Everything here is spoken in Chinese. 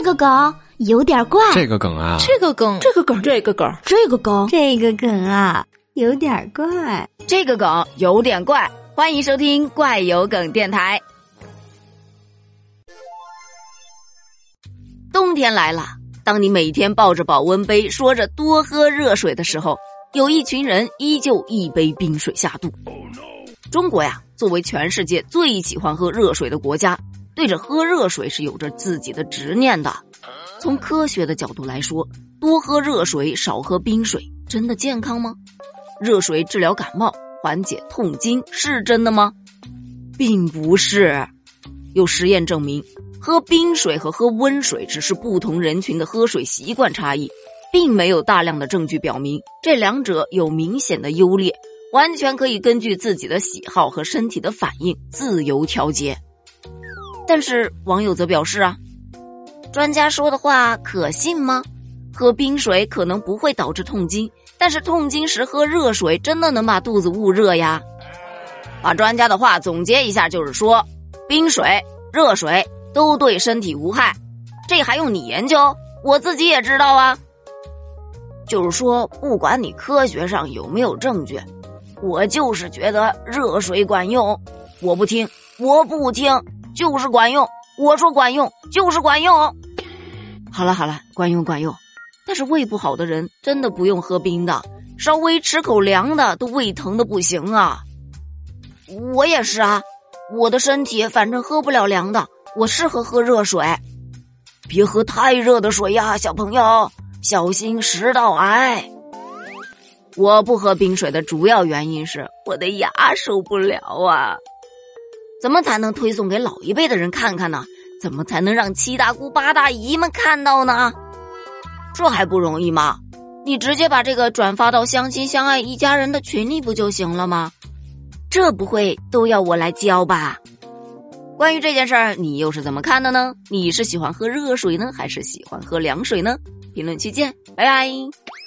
个梗有点怪， 这个梗啊， 这个梗啊，有点怪， 这个梗有点怪。欢迎收听怪有梗电台。冬天来了，当你每天抱着保温杯说着多喝热水的时候，有一群人依旧一杯冰水下肚。中国呀，作为全世界最喜欢喝热水的国家，对着喝热水是有着自己的执念的。从科学的角度来说，多喝热水少喝冰水真的健康吗？热水治疗感冒缓解痛经是真的吗？并不是。有实验证明，喝冰水和喝温水只是不同人群的喝水习惯差异，并没有大量的证据表明这两者有明显的优劣，完全可以根据自己的喜好和身体的反应自由调节。但是网友则表示专家说的话可信吗？喝冰水可能不会导致痛经，但是痛经时喝热水真的能把肚子捂热呀？把专家的话总结一下，就是说冰水、热水都对身体无害，这还用你研究？我自己也知道啊。就是说，不管你科学上有没有证据，我就是觉得热水管用，我不听，就是管用，我说管用就是管用。好了，管用，但是胃不好的人真的不用喝冰的，稍微吃口凉的都胃疼的不行啊。我也是啊，我的身体反正喝不了凉的，我适合喝热水。别喝太热的水呀，小朋友，小心食道癌。我不喝冰水的主要原因是我的牙受不了啊。怎么才能推送给老一辈的人看看呢？怎么才能让七大姑八大姨们看到呢？这还不容易吗？你直接把这个转发到相亲相爱一家人的群里不就行了吗？这不会都要我来教吧？关于这件事儿，你又是怎么看的呢？你是喜欢喝热水呢，还是喜欢喝凉水呢？评论区见，拜拜。